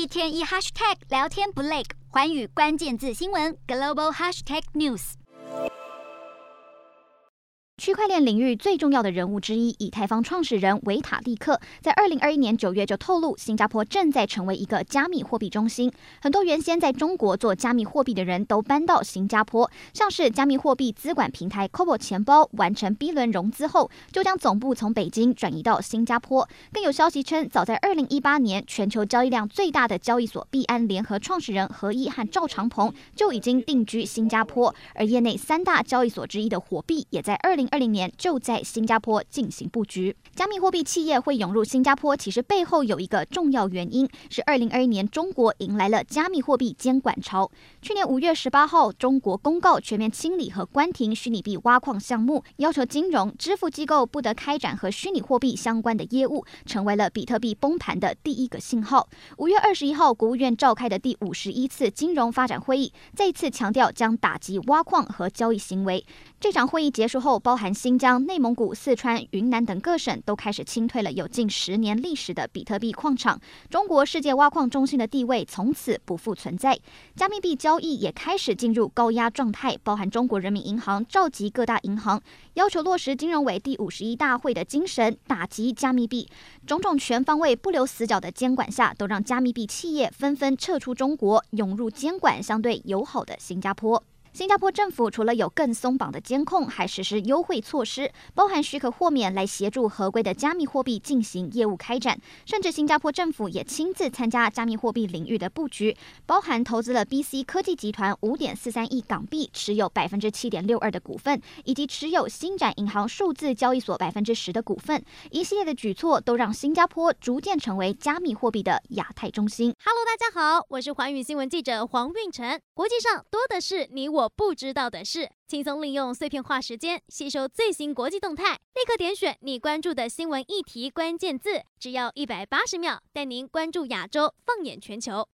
天一 hashtag 聊天不累，寰宇关键字新闻 global hashtag news。区块链领域最重要的人物之一，以太坊创始人维塔利克，在2021年9月就透露，新加坡正在成为一个加密货币中心。很多原先在中国做加密货币的人都搬到新加坡，像是加密货币资管平台 Kobo 钱包完成 B 轮融资后，就将总部从北京转移到新加坡。更有消息称，早在2018年，全球交易量最大的交易所币安联合创始人何一和赵长鹏就已经定居新加坡，而业内3大交易所之一的火币也在2020年就在新加坡进行布局。加密货币企业会涌入新加坡，其实背后有一个重要原因，是2021年中国迎来了加密货币监管潮。去年5月18号，中国公告全面清理和关停虚拟币挖矿项目，要求金融支付机构不得开展和虚拟货币相关的业务，成为了比特币崩盘的第一个信号。5月21号，国务院召开的第51次金融发展会议再次强调将打击挖矿和交易行为。这场会议结束后，包含新疆、内蒙古、四川、云南等各省都开始清退了有近10年历史的比特币矿场，中国世界挖矿中心的地位从此不复存在。加密币交易也开始进入高压状态，包含中国人民银行召集各大银行，要求落实金融委第51大会的精神，打击加密币。种种全方位不留死角的监管下，都让加密币企业纷纷撤出中国，涌入监管相对友好的新加坡。新加坡政府除了有更松绑的监控，还实施优惠措施，包含许可豁免来协助合规的加密货币进行业务开展，甚至新加坡政府也亲自参加加密货币领域的布局，包含投资了 BC 科技集团5.43亿港币，持有7.62%的股份，以及持有星展银行数字交易所10%的股份。一系列的举措都让新加坡逐渐成为加密货币的亚太中心。 Hello， 大家好，我是寰宇新闻记者黄运成。国际上多的是你我不知道的事，轻松利用碎片化时间吸收最新国际动态，立刻点选你关注的新闻议题关键字，只要180秒，带您关注亚洲，放眼全球。